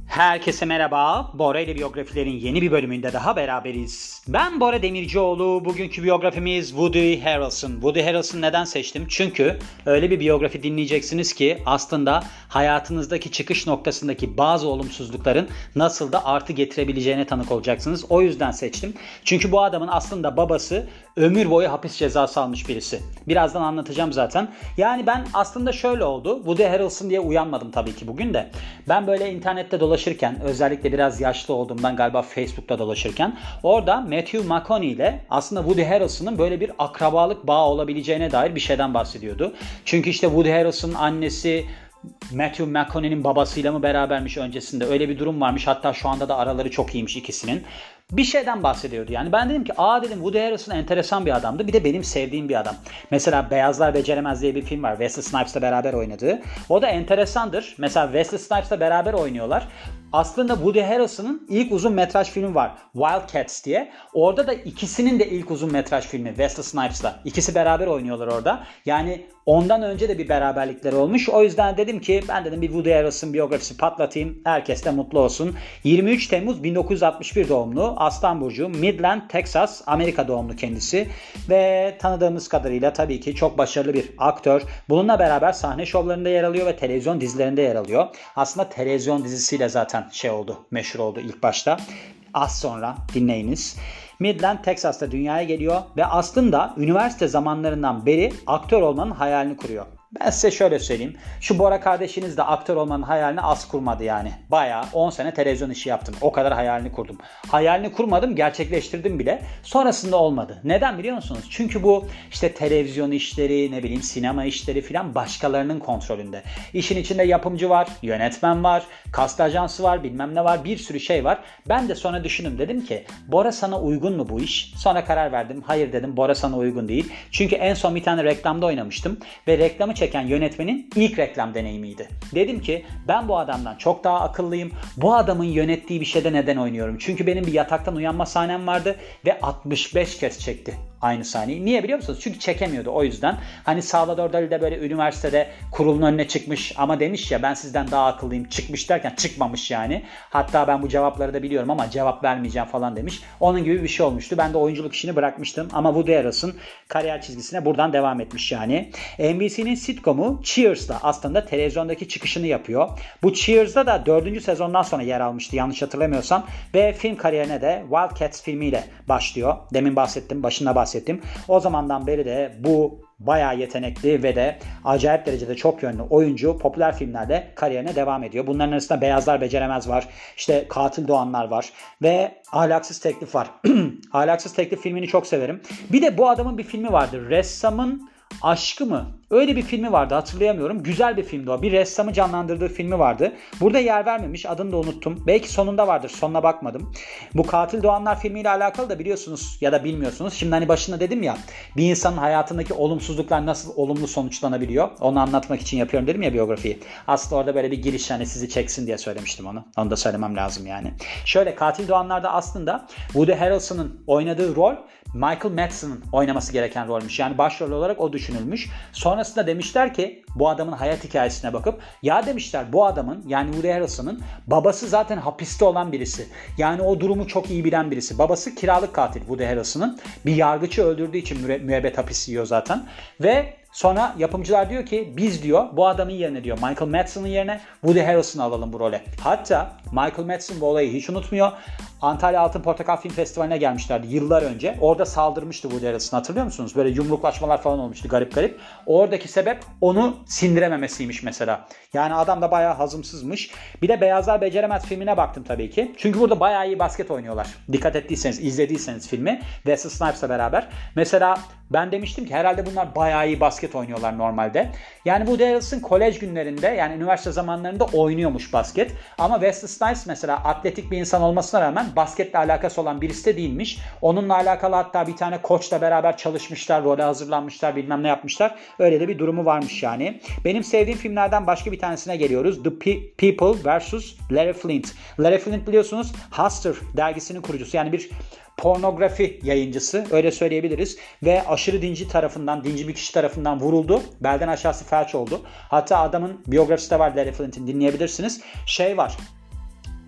Herkese merhaba. Bora ile biyografilerin yeni bir bölümünde daha beraberiz. Ben Bora Demircioğlu. Bugünkü biyografimiz Woody Harrelson. Woody Harrelson neden seçtim? Çünkü öyle bir biyografi dinleyeceksiniz ki aslında hayatınızdaki çıkış noktasındaki bazı olumsuzlukların nasıl da artı getirebileceğine tanık olacaksınız. O yüzden seçtim. Çünkü bu adamın aslında babası ömür boyu hapis cezası almış birisi. Birazdan anlatacağım zaten. Yani ben aslında şöyle oldu. Woody Harrelson diye uyanmadım tabii ki bugün de. Ben böyle internette dolaşırken, özellikle biraz yaşlı olduğumdan galiba Facebook'ta dolaşırken, orada Matthew McConaughey ile aslında Woody Harrelson'ın böyle bir akrabalık bağı olabileceğine dair bir şeyden bahsediyordu. Çünkü işte Woody Harrelson'ın annesi Matthew McConaughey'nin babasıyla mı berabermiş öncesinde, öyle bir durum varmış. Hatta şu anda da araları çok iyiymiş ikisinin. Bir şeyden bahsediyordu yani. Ben dedim ki dedim Woody Harrelson enteresan bir adamdı. Bir de benim sevdiğim bir adam. Mesela Beyazlar Beceremez diye bir film var. Wesley Snipes'la beraber oynadığı. O da enteresandır. Mesela Wesley Snipes'la beraber oynuyorlar. Aslında Woody Harrelson'ın ilk uzun metraj filmi var. Wildcats diye. Orada da ikisinin de ilk uzun metraj filmi Wesley Snipes'la. İkisi beraber oynuyorlar orada. Yani ondan önce de bir beraberlikleri olmuş. O yüzden dedim ki ben dedim bir Woody Harrelson biyografisi patlatayım. Herkes de mutlu olsun. 23 Temmuz 1961 doğumlu. Aslan Burcu, Midland, Texas, Amerika doğumlu kendisi. Ve tanıdığımız kadarıyla tabii ki çok başarılı bir aktör. Bununla beraber sahne şovlarında yer alıyor ve televizyon dizilerinde yer alıyor. Aslında televizyon dizisiyle zaten meşhur oldu ilk başta. Az sonra dinleyiniz. Midland, Texas'ta dünyaya geliyor ve aslında üniversite zamanlarından beri aktör olmanın hayalini kuruyor. Ben size şöyle söyleyeyim. Şu Bora kardeşiniz de aktör olmanın hayalini az kurmadı yani. Bayağı 10 sene televizyon işi yaptım. O kadar hayalini kurdum. Hayalini kurmadım, gerçekleştirdim bile. Sonrasında olmadı. Neden biliyor musunuz? Çünkü bu işte televizyon işleri, sinema işleri filan başkalarının kontrolünde. İşin içinde yapımcı var, yönetmen var, kast ajansı var, bilmem ne var, bir sürü şey var. Ben de sonra düşündüm, dedim ki Bora sana uygun mu bu iş? Sonra karar verdim. Hayır dedim, Bora sana uygun değil. Çünkü en son bir tane reklamda oynamıştım ve reklamı çeken yönetmenin ilk reklam deneyimiydi. Dedim ki ben bu adamdan çok daha akıllıyım. Bu adamın yönettiği bir şeyde neden oynuyorum? Çünkü benim bir yataktan uyanma sahnem vardı ve 65 kez çekti aynı sahneyi. Niye biliyor musunuz? Çünkü çekemiyordu o yüzden. Hani Salvador Dali de böyle üniversitede kurulun önüne çıkmış ama demiş ya ben sizden daha akıllıyım. Çıkmış derken çıkmamış yani. Hatta ben bu cevapları da biliyorum ama cevap vermeyeceğim falan demiş. Onun gibi bir şey olmuştu. Ben de oyunculuk işini bırakmıştım ama Woody Harrelson kariyer çizgisine buradan devam etmiş yani. NBC'nin sitcomu Cheers'da aslında televizyondaki çıkışını yapıyor. Bu Cheers'da da 4. sezondan sonra yer almıştı yanlış hatırlamıyorsam ve film kariyerine de Wildcats filmiyle başlıyor. Demin bahsettim, başında bahsettim. O zamandan beri de bu bayağı yetenekli ve de acayip derecede çok yönlü oyuncu popüler filmlerde kariyerine devam ediyor. Bunların arasında Beyazlar Beceremez var. İşte Katil Doğanlar var. Ve Ahlaksız Teklif var. Ahlaksız Teklif filmini çok severim. Bir de bu adamın bir filmi vardı. Ressamın Aşkı mı? Öyle bir filmi vardı, hatırlayamıyorum. Güzel bir filmdi o. Bir ressamı canlandırdığı filmi vardı. Burada yer vermemiş. Adını da unuttum. Belki sonunda vardır. Sonuna bakmadım. Bu Katil Doğanlar filmiyle alakalı da biliyorsunuz ya da bilmiyorsunuz. Şimdi hani başında dedim ya, bir insanın hayatındaki olumsuzluklar nasıl olumlu sonuçlanabiliyor. Onu anlatmak için yapıyorum dedim ya biyografiyi. Aslında orada böyle bir giriş, hani sizi çeksin diye söylemiştim onu. Onu da söylemem lazım yani. Şöyle, Katil Doğanlar'da aslında Woody Harrelson'ın oynadığı rol Michael Madsen'ın oynaması gereken rolmüş. Yani başrol olarak o düşünülmüş. Sonrasında demişler ki bu adamın hayat hikayesine bakıp ya demişler bu adamın, yani Woody Harrelson'ın babası zaten hapiste olan birisi. Yani o durumu çok iyi bilen birisi. Babası kiralık katil Woody Harrelson'ın. Bir yargıcı öldürdüğü için müebbet hapis yiyor zaten. Ve sonra yapımcılar diyor ki biz diyor bu adamın yerine diyor Michael Madsen'ın yerine Woody Harrelson'ı alalım bu role. Hatta Michael Madsen bu olayı hiç unutmuyor. Antalya Altın Portakal Film Festivali'ne gelmişlerdi yıllar önce. Orada saldırmıştı Woody Harrelson, hatırlıyor musunuz? Böyle yumruklaşmalar falan olmuştu garip garip. Oradaki sebep onu sindirememesiymiş mesela. Yani adam da bayağı hazımsızmış. Bir de Beyazlar Beceremez filmine baktım tabii ki. Çünkü burada bayağı iyi basket oynuyorlar. Dikkat ettiyseniz, izlediyseniz filmi Wesley Snipes'la beraber. Mesela ben demiştim ki herhalde bunlar bayağı iyi basket oynuyorlar normalde. Yani Woody Harrelson kolej günlerinde, yani üniversite zamanlarında oynuyormuş basket. Ama Wesley Snipes mesela atletik bir insan olmasına rağmen basketle alakası olan birisi de değilmiş. Onunla alakalı hatta bir tane koçla beraber çalışmışlar, role hazırlanmışlar, bilmem ne yapmışlar. Öyle de bir durumu varmış yani. Benim sevdiğim filmlerden başka bir tanesine geliyoruz. The People vs. Larry Flynt. Larry Flynt biliyorsunuz Hustler dergisinin kurucusu. Yani bir pornografi yayıncısı, öyle söyleyebiliriz. Ve aşırı dinci bir kişi tarafından vuruldu. Belden aşağısı felç oldu. Hatta adamın biyografisi de var, Larry Flynt'in, dinleyebilirsiniz. Var.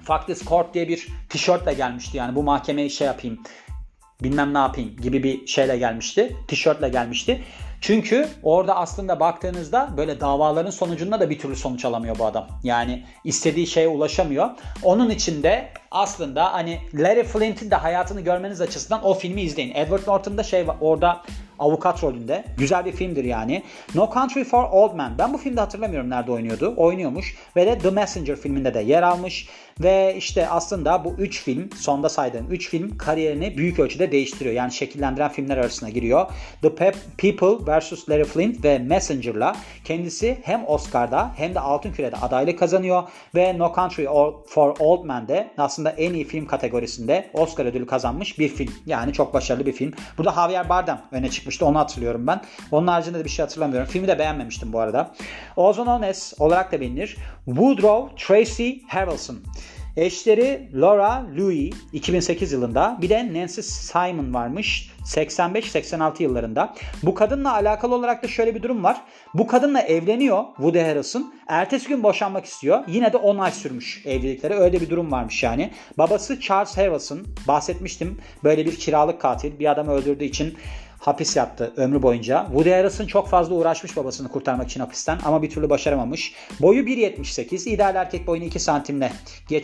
Fuck this court diye bir tişörtle gelmişti. Yani bu mahkemeyi şey yapayım, bilmem ne yapayım gibi bir şeyle gelmişti. Tişörtle gelmişti. Çünkü orada aslında baktığınızda böyle davaların sonucunda da bir türlü sonuç alamıyor bu adam. Yani istediği şeye ulaşamıyor. Onun için de aslında hani Larry Flint'in de hayatını görmeniz açısından o filmi izleyin. Edward Norton'da orada avukat rolünde. Güzel bir filmdir yani. No Country for Old Men. Ben bu filmde hatırlamıyorum nerede oynuyordu. Oynuyormuş. Ve de The Messenger filminde de yer almış. Ve işte aslında bu 3 film, sonda saydığım 3 film kariyerini büyük ölçüde değiştiriyor. Yani şekillendiren filmler arasına giriyor. The People vs. Larry Flint ve Messenger'la kendisi hem Oscar'da hem de Altın Küre'de adaylık kazanıyor. Ve No Country for Old Men'de aslında en iyi film kategorisinde Oscar ödülü kazanmış bir film. Yani çok başarılı bir film. Burada Javier Bardem öne çıkmıştı. Onu hatırlıyorum ben. Onun haricinde de bir şey hatırlamıyorum. Filmi de beğenmemiştim bu arada. Also known as olarak da bilinir Woodrow Tracy Harrelson. Eşleri Laura Louis 2008 yılında, bir de Nancy Simon varmış 85-86 yıllarında. Bu kadınla alakalı olarak da şöyle bir durum var. Bu kadınla evleniyor Woody Harrelson. Ertesi gün boşanmak istiyor. Yine de 10 ay sürmüş evlilikleri. Öyle bir durum varmış yani. Babası Charles Harrelson, bahsetmiştim. Böyle bir kiralık katil. Bir adamı öldürdüğü için hapis yattı ömrü boyunca. Woody Harrelson çok fazla uğraşmış babasını kurtarmak için hapisten ama bir türlü başaramamış. Boyu 1.78, ideal erkek boyunu 2 santimle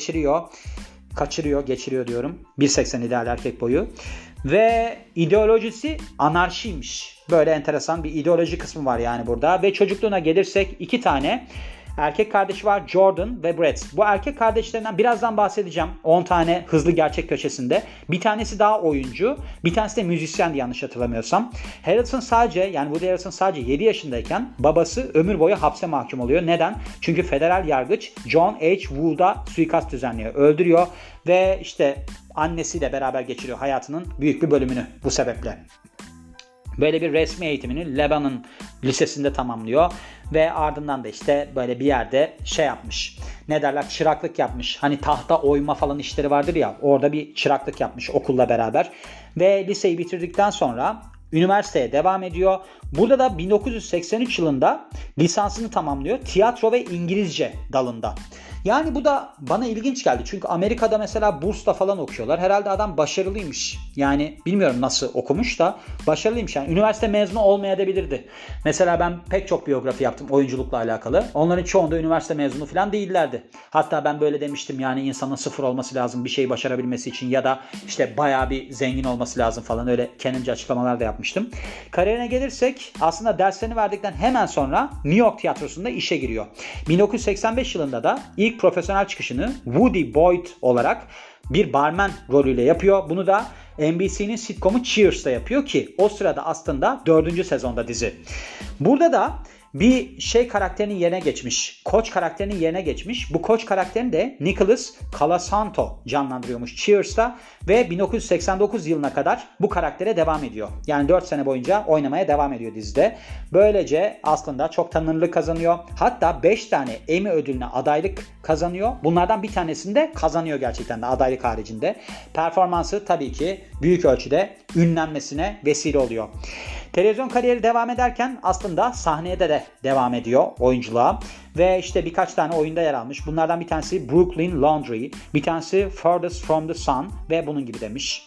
geçiriyor diyorum. 1.80 ideal erkek boyu. Ve ideolojisi anarşiymiş. Böyle enteresan bir ideoloji kısmı var yani burada. Ve çocukluğuna gelirsek 2 tane erkek kardeşi var, Jordan ve Brett. Bu erkek kardeşlerinden birazdan bahsedeceğim. 10 tane hızlı gerçek köşesinde. Bir tanesi daha oyuncu, bir tanesi de müzisyendi yanlış hatırlamıyorsam. Woody Harrelson sadece 7 yaşındayken babası ömür boyu hapse mahkum oluyor. Neden? Çünkü federal yargıç John H. Woold'a suikast düzenliyor, öldürüyor ve işte annesiyle beraber geçiriyor hayatının büyük bir bölümünü bu sebeple. Böyle bir resmi eğitimini Lebanon Lisesi'nde tamamlıyor ve ardından da işte böyle bir yerde yapmış. Çıraklık yapmış. Hani tahta oyma falan işleri vardır ya, orada bir çıraklık yapmış okulla beraber. Ve liseyi bitirdikten sonra üniversiteye devam ediyor. Burada da 1983 yılında lisansını tamamlıyor. Tiyatro ve İngilizce dalında. Yani bu da bana ilginç geldi. Çünkü Amerika'da mesela bursla falan okuyorlar. Herhalde adam başarılıymış. Yani bilmiyorum nasıl okumuş da başarılıymış. Yani üniversite mezunu olmayabilirdi. Mesela ben pek çok biyografi yaptım oyunculukla alakalı. Onların çoğunda üniversite mezunu falan değillerdi. Hatta ben böyle demiştim, yani insanın sıfır olması lazım bir şeyi başarabilmesi için ya da işte bayağı bir zengin olması lazım falan, öyle kendimce açıklamalar da yapmıştım. Kariyerine gelirsek aslında derslerini verdikten hemen sonra New York tiyatrosunda işe giriyor. 1985 yılında da ilk profesyonel çıkışını Woody Boyd olarak bir barmen rolüyle yapıyor. Bunu da NBC'nin sitcomu Cheers'ta yapıyor ki o sırada aslında 4. sezonda dizi. Burada da bir karakterinin yerine geçmiş. Koç karakterinin yerine geçmiş. Bu koç karakterini de Nicholas Colasanto canlandırıyormuş Cheers'ta ve 1989 yılına kadar bu karaktere devam ediyor. Yani 4 sene boyunca oynamaya devam ediyor dizide. Böylece aslında çok tanınırlık kazanıyor. Hatta 5 tane Emmy ödülüne adaylık kazanıyor. Bunlardan bir tanesini de kazanıyor gerçekten de adaylık haricinde. Performansı tabii ki büyük ölçüde ünlenmesine vesile oluyor. Televizyon kariyeri devam ederken aslında sahneye de devam ediyor oyunculuğa. Ve işte birkaç tane oyunda yer almış. Bunlardan bir tanesi Brooklyn Laundry, bir tanesi Furthest from the Sun ve bunun gibi demiş.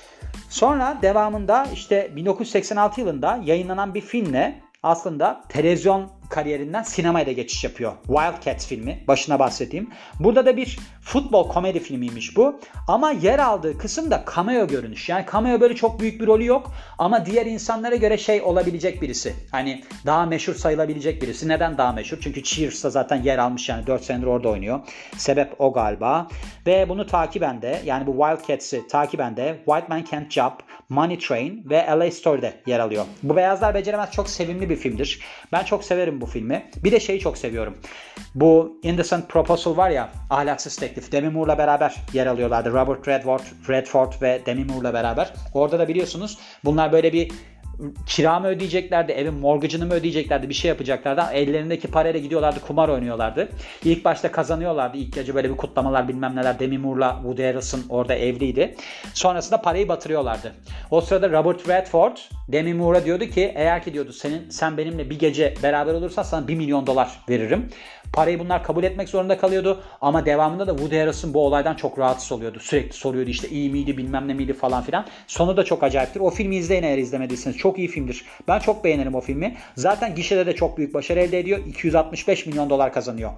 Sonra devamında işte 1986 yılında yayınlanan bir filmle aslında televizyon kariyerinden sinemaya da geçiş yapıyor. Wildcats filmi, başına bahsedeyim. Burada da bir futbol komedi filmiymiş bu. Ama yer aldığı kısım da cameo görünüş. Yani cameo böyle çok büyük bir rolü yok. Ama diğer insanlara göre olabilecek birisi. Hani daha meşhur sayılabilecek birisi. Neden daha meşhur? Çünkü Cheers'ta zaten yer almış, yani 4 senedir orada oynuyor. Sebep o galiba. Ve bunu takiben de, yani bu Wildcats'i takiben de White Man Can't Jump, Money Train ve LA Story'de yer alıyor. Bu Beyazlar Beceremez çok sevimli bir filmdir. Ben çok severim bu filmi. Bir de çok seviyorum. Bu Indecent Proposal var ya, ahlaksız teklif. Demi Moore'la beraber yer alıyorlardı. Robert Redford ve Demi Moore'la beraber. Orada da biliyorsunuz bunlar böyle bir kira mı ödeyeceklerdi, evin mortgage'ını mı ödeyeceklerdi, bir şey yapacaklardı. Ellerindeki parayla gidiyorlardı, kumar oynuyorlardı. İlk başta kazanıyorlardı. İlk gece böyle bir kutlamalar bilmem neler. Demi Moore'la Woody Harrelson orada evliydi. Sonrasında parayı batırıyorlardı. O sırada Robert Redford Demi Moore'a diyordu ki eğer ki diyordu sen benimle bir gece beraber olursan sana $1 milyon veririm. Parayı bunlar kabul etmek zorunda kalıyordu. Ama devamında da Woody Harrelson bu olaydan çok rahatsız oluyordu. Sürekli soruyordu işte iyi miydi bilmem ne miydi falan filan. Sonu da çok acayiptir. O filmi izleyin eğer izlemediyseniz. Çok iyi filmdir. Ben çok beğenirim o filmi. Zaten gişede de çok büyük başarı elde ediyor. $265 milyon kazanıyor.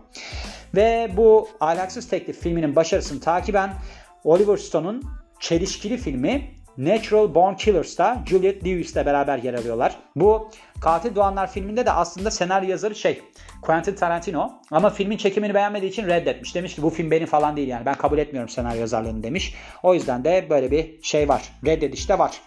Ve bu Ahlaksız Teklif filminin başarısını takiben Oliver Stone'un çelişkili filmi Natural Born Killers'ta Juliette Lewis'le beraber yer alıyorlar. Bu Katil Doğanlar filminde de aslında senaryo yazarı Quentin Tarantino, ama filmin çekimini beğenmediği için reddetmiş. Demiş ki bu film benim falan değil yani ben kabul etmiyorum senaryo yazarlığını demiş. O yüzden de böyle bir şey var. Reddediş de var.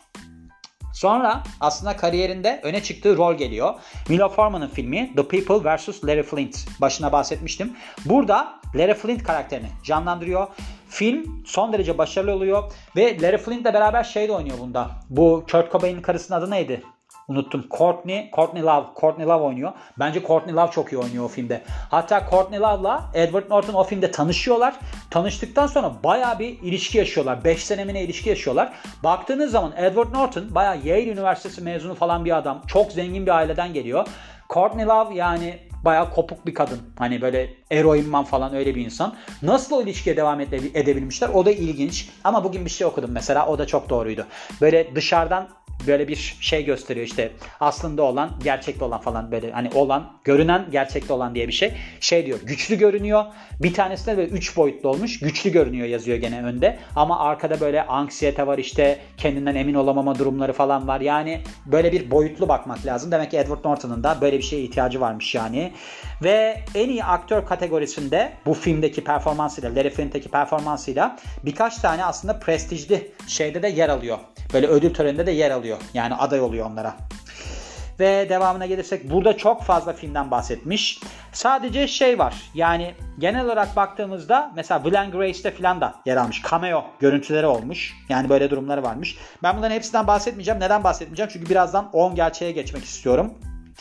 Sonra aslında kariyerinde öne çıktığı rol geliyor. Milo Forman'ın filmi The People vs. Larry Flint. Başına bahsetmiştim. Burada Larry Flint karakterini canlandırıyor. Film son derece başarılı oluyor. Ve Larry Flint'le beraber de oynuyor bunda. Bu Kurt Cobain'in karısının adı neydi? Unuttum. Courtney Love oynuyor. Bence Courtney Love çok iyi oynuyor o filmde. Hatta Courtney Love'la Edward Norton o filmde tanışıyorlar. Tanıştıktan sonra bayağı bir ilişki yaşıyorlar. 5 senemine ilişki yaşıyorlar. Baktığınız zaman Edward Norton bayağı Yale Üniversitesi mezunu falan bir adam. Çok zengin bir aileden geliyor. Courtney Love yani bayağı kopuk bir kadın. Hani böyle eroin man falan öyle bir insan. Nasıl o ilişkiye devam edebilmişler? O da ilginç. Ama bugün bir şey okudum mesela. O da çok doğruydu. Böyle dışarıdan böyle bir şey gösteriyor işte aslında olan gerçekte olan falan, böyle hani olan görünen gerçekte olan diye bir şey diyor, güçlü görünüyor, bir tanesinde böyle 3 boyutlu olmuş, güçlü görünüyor yazıyor gene önde ama arkada böyle anksiyete var, işte kendinden emin olamama durumları falan var. Yani böyle bir boyutlu bakmak lazım. Demek ki Edward Norton'un da böyle bir şeye ihtiyacı varmış yani. Ve en iyi aktör kategorisinde bu filmdeki performansıyla, Larry Flint'teki performansıyla birkaç tane aslında prestijli şeyde de yer alıyor. Böyle ödül töreninde de yer alıyor. Yani aday oluyor onlara. Ve devamına gelirsek burada çok fazla filmden bahsetmiş. Sadece var. Yani genel olarak baktığımızda mesela Will and Grace'te falan da yer almış. Cameo görüntüleri olmuş. Yani böyle durumları varmış. Ben bunların hepsinden bahsetmeyeceğim. Neden bahsetmeyeceğim? Çünkü birazdan 10 gerçeğe geçmek istiyorum.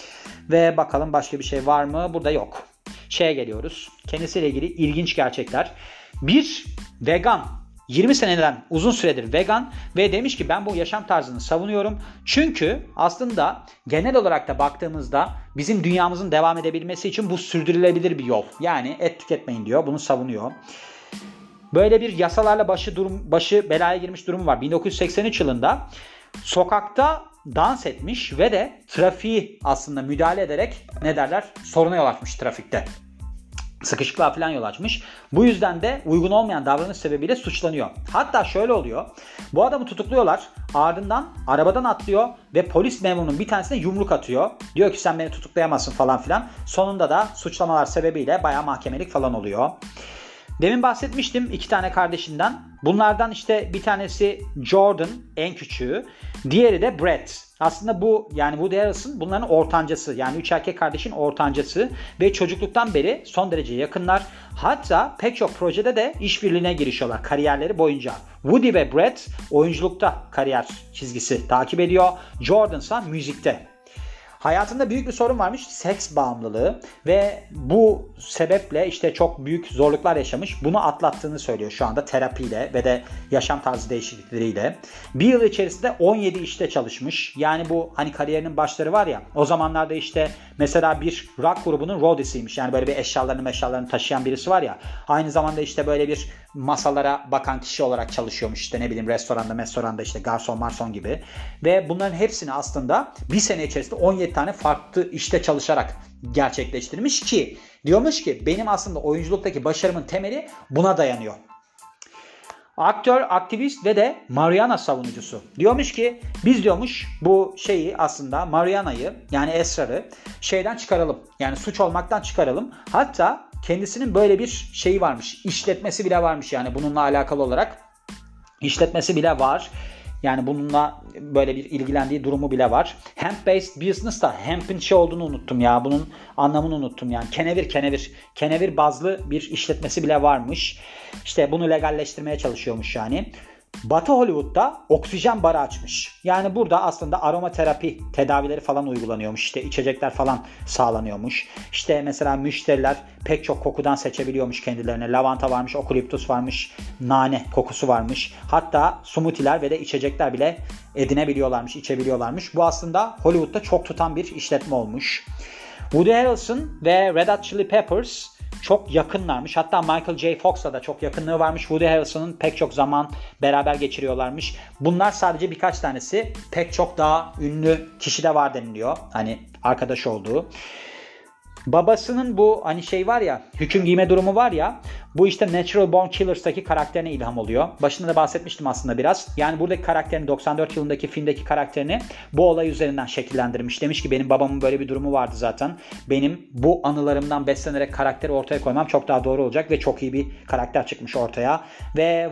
Ve bakalım başka bir şey var mı? Burada yok. Geliyoruz. Kendisiyle ilgili ilginç gerçekler. Bir vegan. 20 seneden uzun süredir vegan ve demiş ki ben bu yaşam tarzını savunuyorum. Çünkü aslında genel olarak da baktığımızda bizim dünyamızın devam edebilmesi için bu sürdürülebilir bir yol. Yani et tüketmeyin diyor. Bunu savunuyor. Böyle bir yasalarla başı belaya girmiş durumu var. 1983 yılında sokakta dans etmiş ve de trafiği aslında müdahale ederek soruna yol açmış trafikte. Sıkışıklığa falan yol açmış. Bu yüzden de uygun olmayan davranış sebebiyle suçlanıyor. Hatta şöyle oluyor. Bu adamı tutukluyorlar. Ardından arabadan atlıyor ve polis memurunun bir tanesine yumruk atıyor. Diyor ki sen beni tutuklayamazsın falan filan. Sonunda da suçlamalar sebebiyle bayağı mahkemelik falan oluyor. Demin bahsetmiştim 2 tane kardeşinden. Bunlardan işte bir tanesi Jordan, en küçüğü. Diğeri de Brett. Aslında bu yani Woody Harrelson bunların ortancası. Yani 3 erkek kardeşin ortancası. Ve çocukluktan beri son derece yakınlar. Hatta pek çok projede de işbirliğine girişiyorlar kariyerleri boyunca. Woody ve Brett oyunculukta kariyer çizgisi takip ediyor. Jordan ise müzikte. Hayatında büyük bir sorun varmış, seks bağımlılığı ve bu sebeple işte çok büyük zorluklar yaşamış. Bunu atlattığını söylüyor şu anda terapiyle ve de yaşam tarzı değişiklikleriyle. Bir yıl içerisinde 17 işte çalışmış. Yani bu hani kariyerinin başları var ya, o zamanlarda işte mesela bir rock grubunun roadiesiymiş. Yani böyle bir eşyalarını taşıyan birisi var ya. Aynı zamanda işte böyle bir masalara bakan kişi olarak çalışıyormuş. İşte ne bileyim restoranda işte garson gibi. Ve bunların hepsini aslında bir sene içerisinde 17 tane farklı işte çalışarak gerçekleştirmiş ki diyormuş ki benim aslında oyunculuktaki başarımın temeli buna dayanıyor. Aktör, aktivist ve de Mariana savunucusu. Diyormuş ki biz diyormuş bu aslında Mariana'yı yani esrarı çıkaralım. Yani suç olmaktan çıkaralım. Hatta kendisinin böyle bir varmış. İşletmesi bile varmış yani bununla alakalı olarak. İşletmesi bile var. Yani bununla böyle bir ilgilendiği durumu bile var. Hemp-based business da hemp'in olduğunu unuttum ya. Bunun anlamını unuttum yani. Kenevir bazlı bir işletmesi bile varmış. İşte bunu legalleştirmeye çalışıyormuş yani. Batı Hollywood'da oksijen barı açmış. Yani burada aslında aromaterapi tedavileri falan uygulanıyormuş. İşte içecekler falan sağlanıyormuş. İşte mesela müşteriler pek çok kokudan seçebiliyormuş kendilerine. Lavanta varmış, okaliptus varmış, nane kokusu varmış. Hatta smoothie'ler ve de içecekler bile edinebiliyorlarmış, içebiliyorlarmış. Bu aslında Hollywood'da çok tutan bir işletme olmuş. Woody Harrelson ve Red Hot Chili Peppers çok yakınlarmış. Hatta Michael J. Fox'la da çok yakınlığı varmış. Woody Harrelson'ın pek çok zaman beraber geçiriyorlarmış. Bunlar sadece birkaç tanesi. Pek çok daha ünlü kişi de var deniliyor. Hani arkadaş olduğu. Babasının bu hani şey var ya, hüküm giyme durumu var ya, bu işte Natural Born Killers'taki karakterine ilham oluyor. Başında da bahsetmiştim aslında biraz. Yani buradaki karakterini, 94 yılındaki filmdeki karakterini bu olay üzerinden şekillendirmiş. Demiş ki benim babamın böyle bir durumu vardı zaten. Benim bu anılarımdan beslenerek karakteri ortaya koymam çok daha doğru olacak ve çok iyi bir karakter çıkmış ortaya. Ve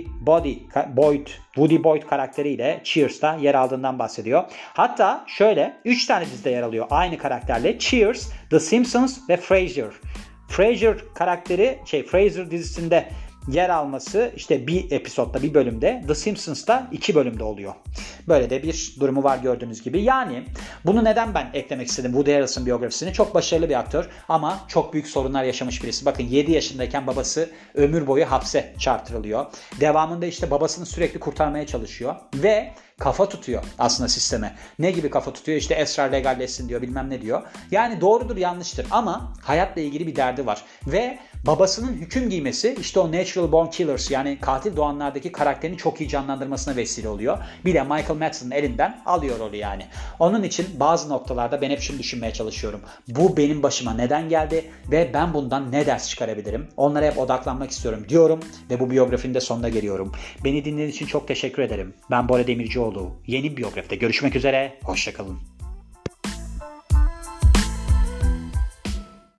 Woody Boyd karakteriyle Cheers'ta yer aldığından bahsediyor. Hatta şöyle 3 tane dizide yer alıyor aynı karakterle. Cheers, The Simpsons ve Frasier. Frasier karakteri Frasier dizisinde yer alması işte bir episodda, bir bölümde, The Simpsons'ta 2 bölümde oluyor. Böyle de bir durumu var gördüğünüz gibi. Yani bunu neden ben eklemek istedim Woody Harrelson biyografisini? Çok başarılı bir aktör ama çok büyük sorunlar yaşamış birisi. Bakın 7 yaşındayken babası ömür boyu hapse çarptırılıyor. Devamında işte babasını sürekli kurtarmaya çalışıyor ve kafa tutuyor aslında sisteme. Ne gibi kafa tutuyor? İşte esrar legalleşsin diyor, bilmem ne diyor. Yani doğrudur, yanlıştır ama hayatla ilgili bir derdi var. Ve babasının hüküm giymesi işte o Natural Born Killers, yani katil doğanlardaki karakterini çok iyi canlandırmasına vesile oluyor. Bir de Michael Madsen'ın elinden alıyor rolü yani. Onun için bazı noktalarda ben hep şunu düşünmeye çalışıyorum. Bu benim başıma neden geldi ve ben bundan ne ders çıkarabilirim? Onlara hep odaklanmak istiyorum diyorum ve bu biyografinin de sonuna geliyorum. Beni dinlediğiniz için çok teşekkür ederim. Ben Bora Demircioğlu. Yeni biyografide görüşmek üzere. Hoşça kalın.